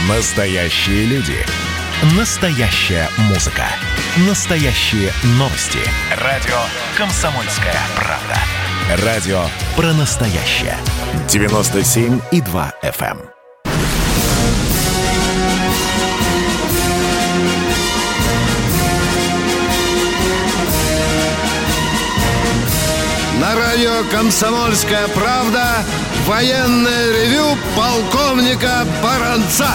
Настоящие люди. Настоящая музыка. Настоящие новости. Радио «Комсомольская правда». Радио про настоящее. 97,2 FM. На радио «Комсомольская правда» военное ревю полковника Баранца.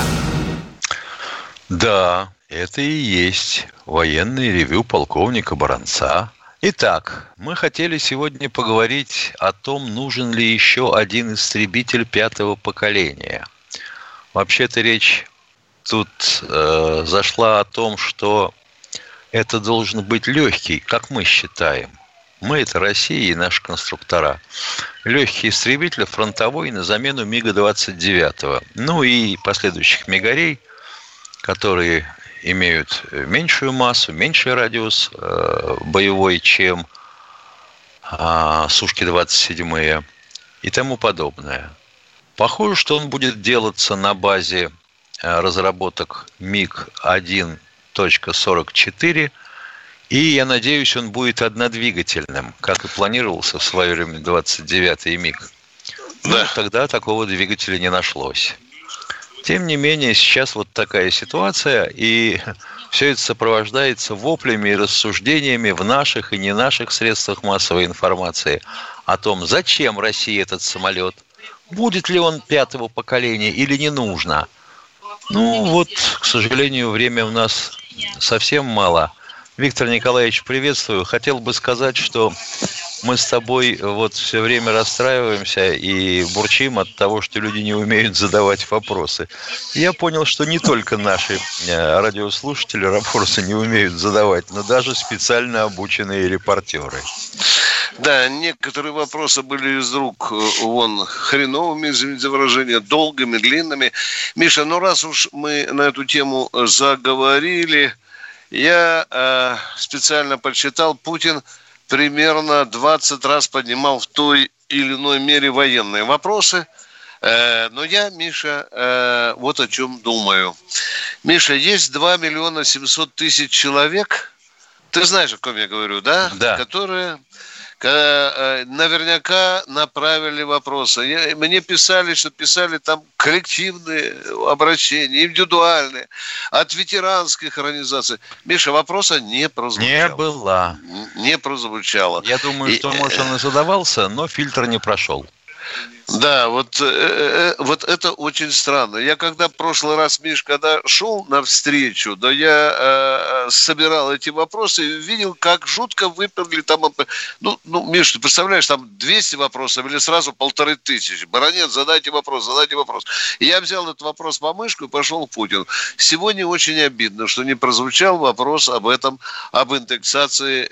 Да, это и есть военное ревю полковника Баранца. Итак, мы хотели сегодня поговорить о том, нужен ли еще один истребитель 5-го поколения. Вообще-то речь тут зашла о том, что это должен быть легкий, как мы считаем. Мы – это Россия и наши конструктора. Легкий истребитель фронтовой на замену МиГа-29. Ну и последующих мигарей, которые имеют меньшую массу, меньший радиус боевой, чем Сушки-27 и тому подобное. Похоже, что он будет делаться на базе разработок МиГ-1.44, и, я надеюсь, он будет однодвигательным, как и планировался в свое время 29-й МиГ. Но тогда такого двигателя не нашлось. Тем не менее, сейчас вот такая ситуация, и все это сопровождается воплями и рассуждениями в наших и не наших средствах массовой информации о том, зачем России этот самолет, будет ли он 5-го поколения или не нужно. Ну вот, к сожалению, время у нас совсем мало. Виктор Николаевич, приветствую. Хотел бы сказать, что мы с тобой вот все время расстраиваемся и бурчим от того, что люди не умеют задавать вопросы. Я понял, что не только наши радиослушатели вопросы не умеют задавать, но даже специально обученные репортеры. Да, некоторые вопросы были из рук вон хреновыми, извините за выражение, долгими, длинными. Миша, ну раз уж мы на эту тему заговорили, я специально подсчитал, Путин примерно 20 раз поднимал в той или иной мере военные вопросы. Но я, Миша, вот о чем думаю. Миша, есть 2 миллиона 700 тысяч человек, ты знаешь, о ком я говорю, да? Да. Которые наверняка направили вопросы. Мне писали, что писали там коллективные обращения, индивидуальные, от ветеранских организаций. Миша, вопроса не прозвучало. Не прозвучало. Я думаю, что, может, он и задавался, но фильтр не прошел. Да, вот это очень странно. Я когда в прошлый раз, Миш, когда шел навстречу, да я собирал эти вопросы и видел, как жутко выперли там. Ну, Миш, ты представляешь, там 200 вопросов или сразу 1500. Баронец, задайте вопрос. И я взял этот вопрос по мышку и пошел к Путину. Сегодня очень обидно, что не прозвучал вопрос об индексации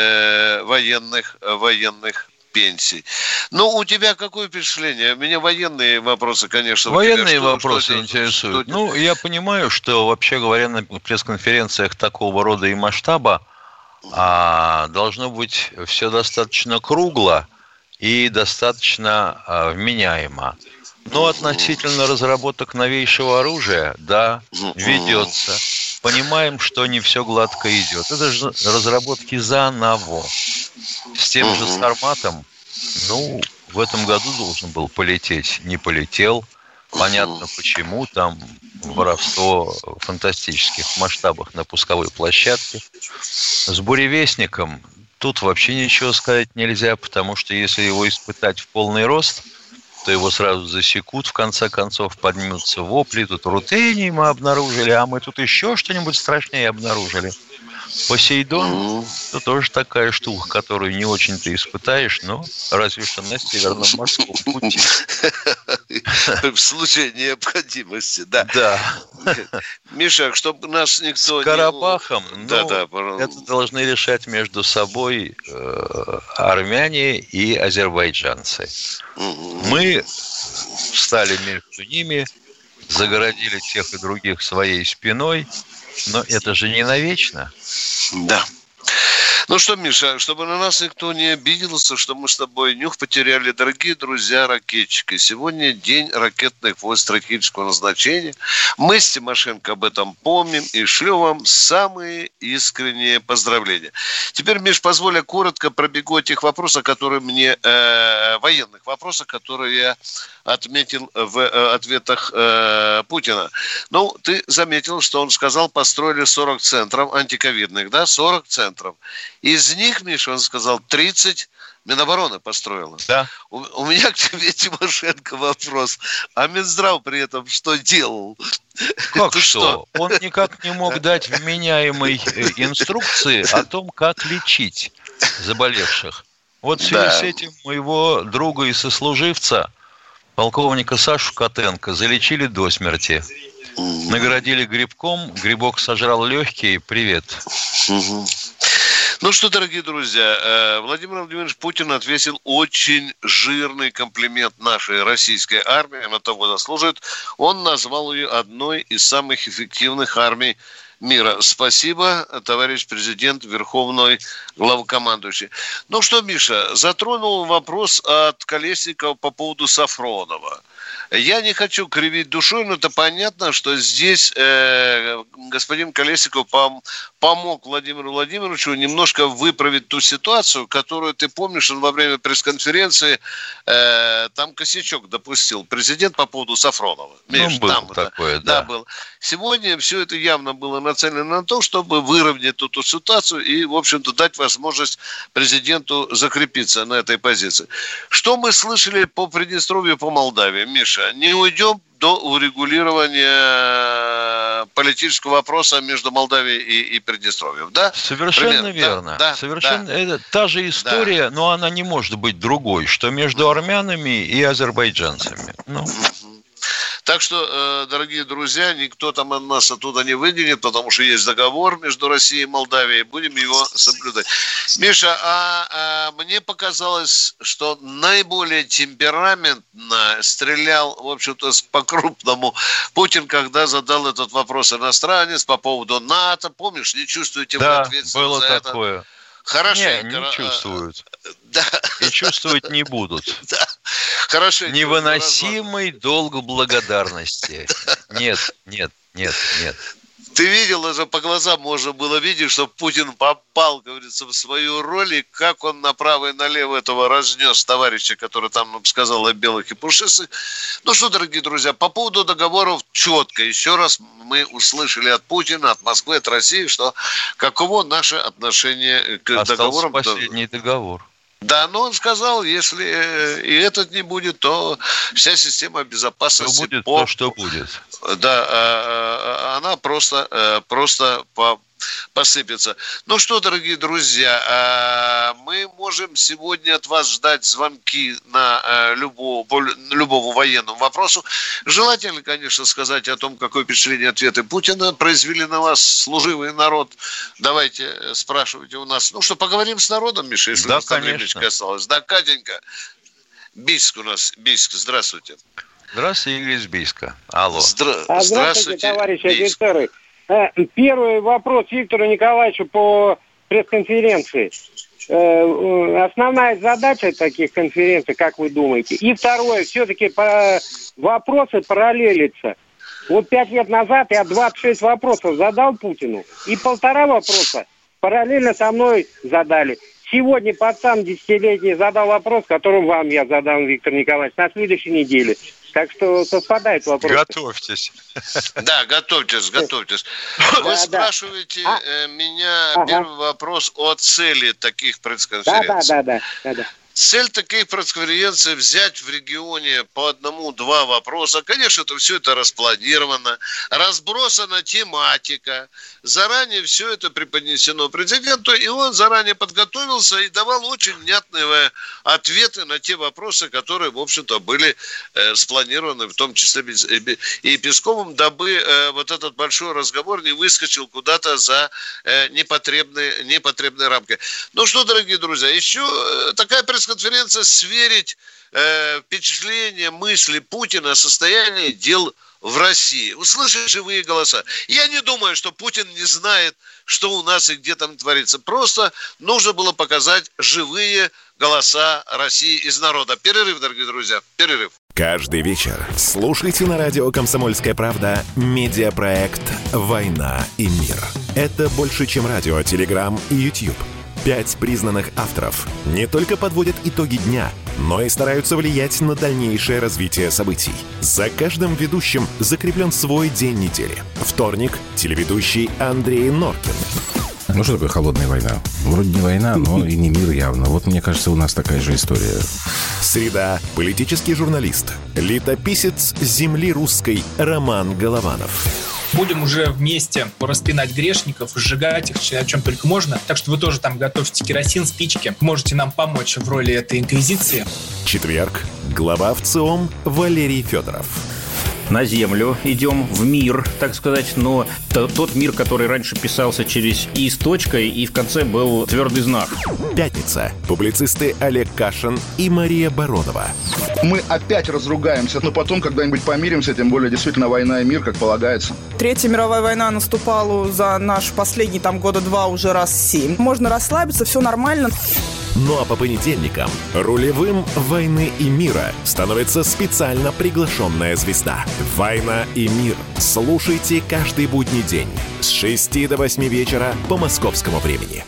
военных пенсий. Ну, у тебя какое впечатление? Меня военные вопросы, конечно... Военные вопросы интересуют. Ну, я понимаю, что, вообще говоря, на пресс-конференциях такого рода и масштаба должно быть все достаточно кругло и достаточно вменяемо. Но относительно разработок новейшего оружия, да, ведется. Понимаем, что не все гладко идет. Это же разработки заново. С тем же Сарматом, в этом году должен был полететь, не полетел. Понятно почему, там воровство в фантастических масштабах на пусковой площадке. С буревестником тут вообще ничего сказать нельзя, потому что если его испытать в полный рост, то его сразу засекут, в конце концов поднимутся вопли. Тут рутений мы обнаружили, а мы тут еще что-нибудь страшнее обнаружили. Посейдон, это тоже такая штука, которую не очень-то испытаешь, но разве что на Северном морском пути. В случае необходимости, да. Да. Миша, чтобы нас никто... С Карабахом, это должны решать между собой армяне и азербайджанцы. Мы встали между ними, загородили тех и других своей спиной, но это же не навечно. Да. Ну что, Миша, чтобы на нас никто не обиделся, что мы с тобой нюх потеряли, дорогие друзья ракетчики. Сегодня день ракетных войск стратегического назначения. Мы с Тимошенко об этом помним и шлю вам самые искренние поздравления. Теперь, Миш, позволь, я коротко пробегу этих вопросов, которые мне, военных вопросов, которые я отметил в ответах Путина. Ну, ты заметил, что он сказал, построили 40 центров антиковидных, да, 40 центров. Из них, Миша, он сказал, 30 Минобороны построила. Да. У меня к тебе, Тимошенко, вопрос. А Минздрав при этом что делал? Как что? Он никак не мог дать вменяемой инструкции о том, как лечить заболевших. Вот в связи с этим моего друга и сослуживца, полковника Сашу Котенко, залечили до смерти. Наградили грибком, грибок сожрал легкие. Привет. Ну что, дорогие друзья, Владимир Владимирович Путин отвесил очень жирный комплимент нашей российской армии. Она того заслуживает. Он назвал ее одной из самых эффективных армий мира. Спасибо, товарищ президент, верховный главнокомандующий. Ну что, Миша, затронул вопрос от Колесникова по поводу Сафронова. Я не хочу кривить душой, но это понятно, что здесь господин Колесников помог Владимиру Владимировичу немножко выправить ту ситуацию, которую, ты помнишь, он во время пресс-конференции там косячок допустил президент по поводу Сафронова. Ну, было такое, да. Было. Сегодня все это явно было нацелено на то, чтобы выровнять эту ситуацию и, в общем-то, дать возможность президенту закрепиться на этой позиции. Что мы слышали по Приднестровью, по Молдавии, Миша? Не уйдем до урегулирования политического вопроса между Молдавией и Приднестровьем, да? Совершенно верно. Совершенно. Это та же история, но она не может быть другой, что между армянами и азербайджанцами. Так что, дорогие друзья, никто там нас оттуда не выгонит, потому что есть договор между Россией и Молдавией, будем его соблюдать. Миша, мне показалось, что наиболее темпераментно стрелял, в общем-то, по-крупному Путин, когда задал этот вопрос иностранец по поводу НАТО. Помнишь, не чувствуете вы ответственность было за такое. Это? Хорошо. Не чувствуют. Да. И чувствовать не будут. Да. Хорошо. Невыносимый долг благодарности. Нет. Ты видел, даже по глазам можно было видеть, что Путин попал, говорится, в свою роль, и как он направо и налево этого разнес товарища, который там нам сказал о белых и пушистых. Ну что, дорогие друзья, по поводу договоров четко. Еще раз мы услышали от Путина, от Москвы, от России, что каково наше отношение к договорам. Остался последний договор. Да, но он сказал, если и этот не будет, то вся система безопасности... Что будет, то что будет. Да, она просто посыпется. Ну что, дорогие друзья, мы можем сегодня от вас ждать звонки на любому военному вопросу. Желательно, конечно, сказать о том, какое впечатление ответы Путина произвели на вас, служивый народ. Давайте спрашивайте у нас. Ну что, поговорим с народом, Миша, если у нас там времечко осталось. Да, Катенька. Бийск у нас. Бийск, здравствуйте. Здравствуйте, Игорь из Бийска. Алло. Здравствуйте, товарищи офицеры. Первый вопрос Виктору Николаевичу по пресс-конференции. Основная задача таких конференций, как вы думаете? И второе, все-таки вопросы параллелятся. Вот 5 лет назад я 26 вопросов задал Путину, и 1,5 вопроса параллельно со мной задали. Сегодня пацан 10-летний задал вопрос, который вам я задам, Виктор Николаевич, на следующей неделе. Так что совпадает вопрос. Готовьтесь. Да, готовьтесь. Вы спрашиваете меня первый вопрос о цели таких пресс-конференций. Да. Цель таких пресс-конференций взять в регионе по 1-2 вопроса. Конечно, все это распланировано, разбросана тематика. Заранее все это преподнесено президенту, и он заранее подготовился и давал очень внятные ответы на те вопросы, которые, в общем-то, были спланированы, в том числе и Песковым, дабы вот этот большой разговор не выскочил куда-то за непотребные рамки. Ну что, дорогие друзья, еще такая пресс-конференция сверить впечатления, мысли Путина о состоянии дел в России. Услышать живые голоса. Я не думаю, что Путин не знает, что у нас и где там творится. Просто нужно было показать живые голоса России из народа. Перерыв, дорогие друзья, перерыв. Каждый вечер слушайте на радио «Комсомольская правда» медиапроект «Война и мир». Это больше, чем радио, телеграм и YouTube. 5 признанных авторов не только подводят итоги дня, но и стараются влиять на дальнейшее развитие событий. За каждым ведущим закреплен свой день недели. Вторник – телеведущий Андрей Норкин. Ну, что такое холодная война? Вроде не война, но и не мир явно. Вот, мне кажется, у нас такая же история. Среда – политический журналист, летописец земли русской Роман Голованов. Будем уже вместе распинать грешников, сжигать их, о чем только можно. Так что вы тоже там готовьте керосин, спички. Можете нам помочь в роли этой инквизиции. Четверг. Глава ВЦИОМ Валерий Федоров. На землю идем, в мир, так сказать, но тот мир, который раньше писался через «и» с точкой, и в конце был твердый знак. Пятница. Публицисты Олег Кашин и Мария Баронова. Мы опять разругаемся, но потом когда-нибудь помиримся, тем более действительно война и мир, как полагается. Третья мировая война наступала за наш последний года 2 уже раз 7. Можно расслабиться, все нормально. Ну а по понедельникам рулевым «Войны и мира» становится специально приглашенная звезда. «Война и мир». Слушайте каждый будний день с 6 до 8 вечера по московскому времени.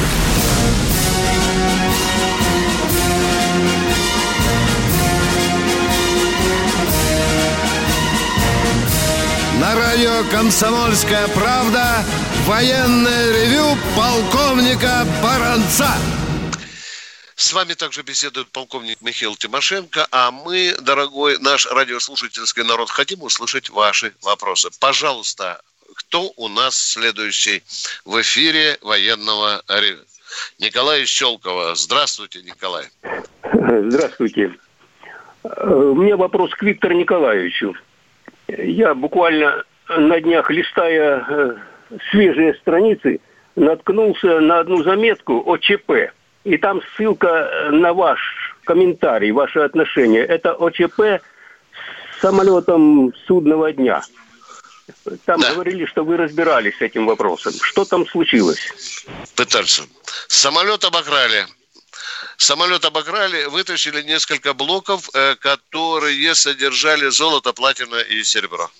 На радио «Комсомольская правда» военное ревю полковника Баранца. С вами также беседует полковник Михаил Тимошенко, а мы, дорогой наш радиослушательский народ, хотим услышать ваши вопросы. Пожалуйста, кто у нас следующий в эфире военного ревю? Николай из Щелково. Здравствуйте, Николай. Здравствуйте. У меня вопрос к Виктору Николаевичу. Я буквально на днях, листая свежие страницы, наткнулся на одну заметку о ЧП. И там ссылка на ваш комментарий, ваше отношение. Это о ЧП с самолетом судного дня. Там говорили, что вы разбирались с этим вопросом. Что там случилось? Пытаться. Самолет обокрали. Самолет обокрали, вытащили несколько блоков, которые содержали золото, платина и серебро.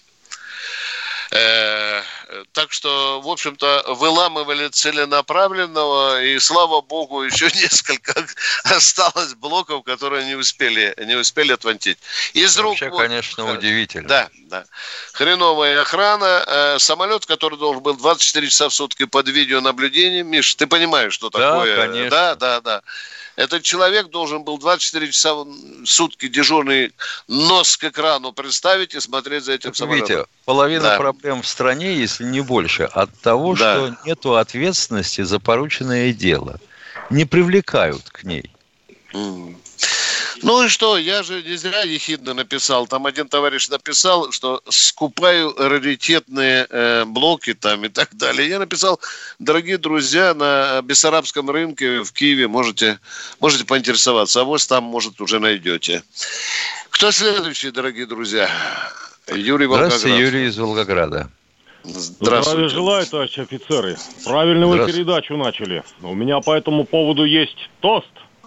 Так что, в общем-то, выламывали целенаправленного, и, слава богу, еще несколько осталось блоков, которые не успели отвинтить. Из рук, вообще, конечно, удивительно. Да. Хреновая охрана. Самолет, который должен был 24 часа в сутки под видеонаблюдением. Миш, ты понимаешь, что такое? Да, конечно. Да. Этот человек должен был 24 часа в сутки дежурный нос к экрану приставить и смотреть за этим самолетом. Видите, половина проблем в стране, если не больше, от того, что нету ответственности за порученное дело. Не привлекают к ней. Ну и что, я же не зря ехидно написал. Там один товарищ написал, что скупаю раритетные блоки там и так далее. Я написал, дорогие друзья, на Бессарабском рынке в Киеве можете поинтересоваться, а вот там, может, уже найдете. Кто следующий, дорогие друзья? Юрий Волгоград. Здравствуйте, Юрий из Волгограда. Здравия желаю, товарищи офицеры. Правильно вы передачу начали. У меня по этому поводу есть тост.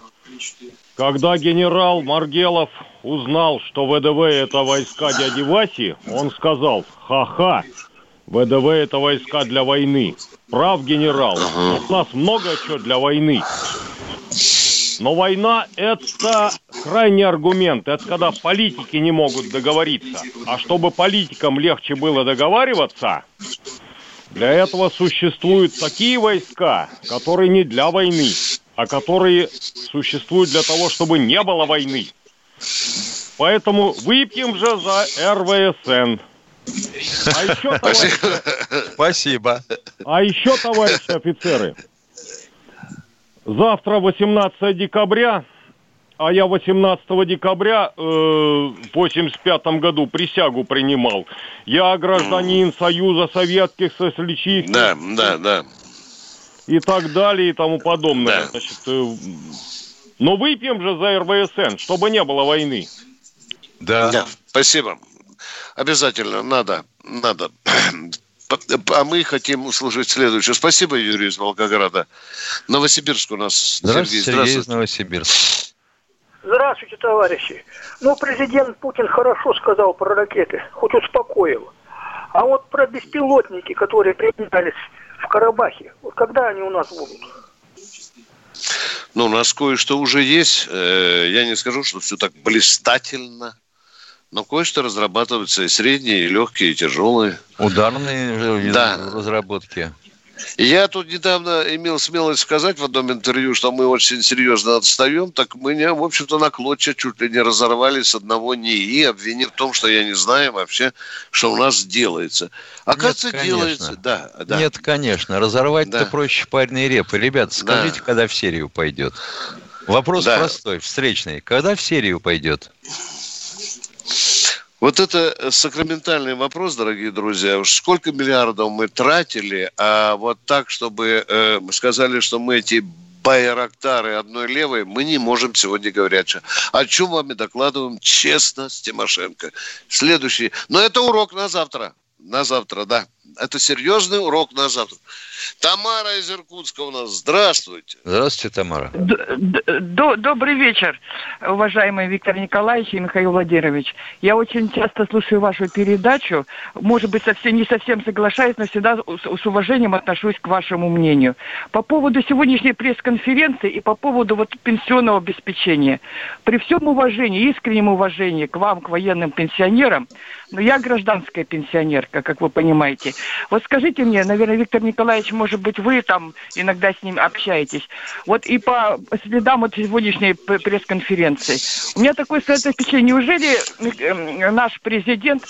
Когда генерал Маргелов узнал, что ВДВ это войска дяди Васи, он сказал: ха-ха, ВДВ это войска для войны. Прав генерал, у нас много чего для войны. Но война это крайний аргумент, это когда политики не могут договориться. А чтобы политикам легче было договариваться, для этого существуют такие войска, которые не для войны, а которые существуют для того, чтобы не было войны. Поэтому выпьем же за РВСН. А еще, Спасибо. А еще, товарищи офицеры, завтра 18 декабря, а я 18 декабря в 85 году присягу принимал. Я гражданин Союза Советских Социалистических. Да. И так далее, и тому подобное. Да. Значит, но выпьем же за РВСН, чтобы не было войны. Да. Спасибо. Обязательно надо. А мы хотим услышать следующее. Спасибо, Юрий из Волгограда. Новосибирск у нас. Здравствуйте, Сергей из Новосибирска. Здравствуйте, товарищи. Президент Путин хорошо сказал про ракеты, хоть успокоил. А вот про беспилотники, которые применялись в Карабахе, вот когда они у нас будут? У нас кое-что уже есть. Я не скажу, что все так блистательно. Но кое-что разрабатываются и средние, и легкие, и тяжелые. Ударные разработки. Я тут недавно имел смелость сказать в одном интервью, что мы очень серьезно отстаем, так меня, в общем-то, на клочья чуть ли не разорвали с одного НИИ, обвинив в том, что я не знаю вообще, что у нас делается. Оказывается, делается. Да. Нет, конечно. Разорвать-то проще пареной репы. Ребята, скажите, когда в серию пойдет? Вопрос простой, встречный. Когда в серию пойдет? Вот это сакраментальный вопрос, дорогие друзья. Уж сколько миллиардов мы тратили, а вот так, чтобы сказали, что мы эти байрактары одной левой, мы не можем сегодня говорить. О чем вам и докладываем честно с Тимошенко. Следующий. Но это урок на завтра. На завтра, да. Это серьезный урок на завтра. Тамара из Иркутска у нас. Здравствуйте. Здравствуйте, Тамара. Добрый вечер, уважаемый Виктор Николаевич и Михаил Владимирович. Я очень часто слушаю вашу передачу. Может быть, не совсем соглашаюсь, но всегда с уважением отношусь к вашему мнению. По поводу сегодняшней пресс-конференции и по поводу пенсионного обеспечения. При всем уважении, искреннем уважении к вам, к военным пенсионерам, но я гражданская пенсионерка, как вы понимаете. Вот скажите мне, наверное, Виктор Николаевич, может быть, вы там иногда с ним общаетесь. Вот и по следам сегодняшней пресс-конференции. У меня такое впечатление, неужели наш президент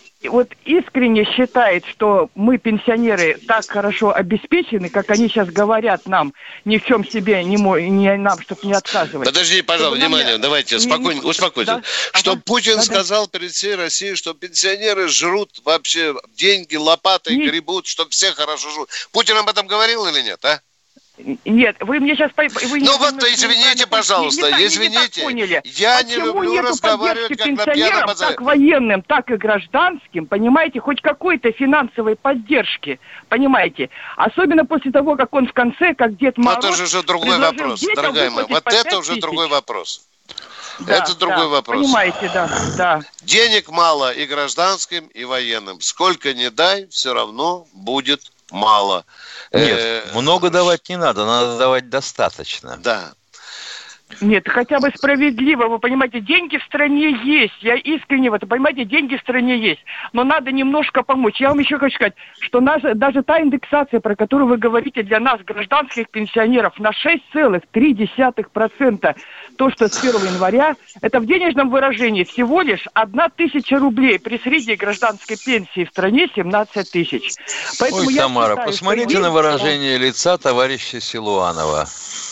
искренне считает, что мы, пенсионеры, так хорошо обеспечены, как они сейчас говорят нам, ни в чем себе, не нам, чтобы не отказывать. Подожди, пожалуйста, внимание, давайте, спокойно, успокойтесь. Что Путин сказал перед всей Россией, что пенсионеры жрут вообще деньги лопатой, гребут, что все хорошо живут. Путин об этом говорил или нет, а? Нет, вы мне сейчас... извините, пожалуйста, извините. Я не люблю разговаривать как на пьяном базаре. Как военным, так и гражданским, понимаете, хоть какой-то финансовой поддержки, понимаете. Особенно после того, как он в конце, как Дед Мороз... Это уже другой вопрос, дорогая моя. Вот это уже другой вопрос. Это другой вопрос. Понимаете, да. Денег мало и гражданским, и военным. Сколько ни дай, все равно будет мало. Нет, много давать не надо давать достаточно. Да. Нет, хотя бы справедливо, вы понимаете, деньги в стране есть, я искренне в это, понимаете, деньги в стране есть, но надо немножко помочь. Я вам еще хочу сказать, что даже та индексация, про которую вы говорите для нас, гражданских пенсионеров, на 6,3%, то, что с 1 января, это в денежном выражении всего лишь 1000 рублей, при средней гражданской пенсии в стране 17 тысяч. Поэтому Тамара, посмотрите на выражение лица товарища Силуанова.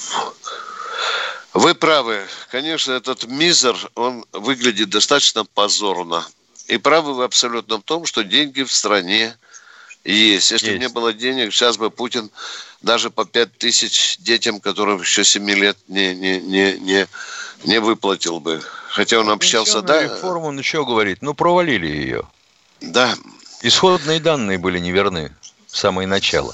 Вы правы. Конечно, этот мизер, он выглядит достаточно позорно. И правы вы абсолютно в том, что деньги в стране есть. Если бы не было денег, сейчас бы Путин даже по 5000 детям, которым еще 7 лет, не выплатил бы. Хотя он общался, да. Реформу он еще говорит, провалили ее. Да. Исходные данные были неверны в самое начало.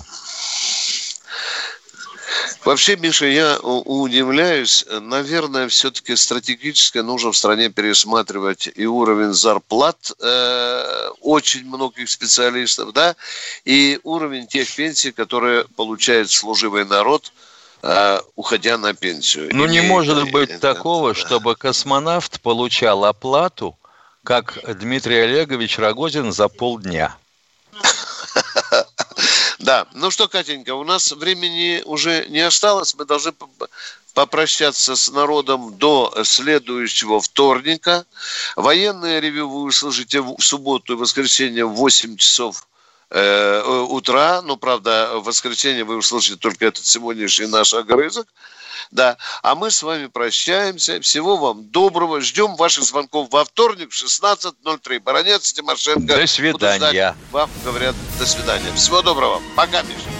Вообще, Миша, я удивляюсь. Наверное, все-таки стратегически нужно в стране пересматривать и уровень зарплат очень многих специалистов, да, и уровень тех пенсий, которые получает служивый народ, уходя на пенсию. Не может быть такого, чтобы космонавт получал оплату, как Дмитрий Олегович Рогозин за полдня. Да, ну что, Катенька, у нас времени уже не осталось, мы должны попрощаться с народом до следующего вторника. Военное ревью вы услышите в субботу и воскресенье в 8 часов утра, правда, в воскресенье вы услышите только этот сегодняшний наш огрызок. Да, а мы с вами прощаемся. Всего вам доброго. Ждем ваших звонков во вторник в 16:03. Баранец, Тимошенко. До свидания. Вам говорят до свидания. Всего доброго. Пока, Миша.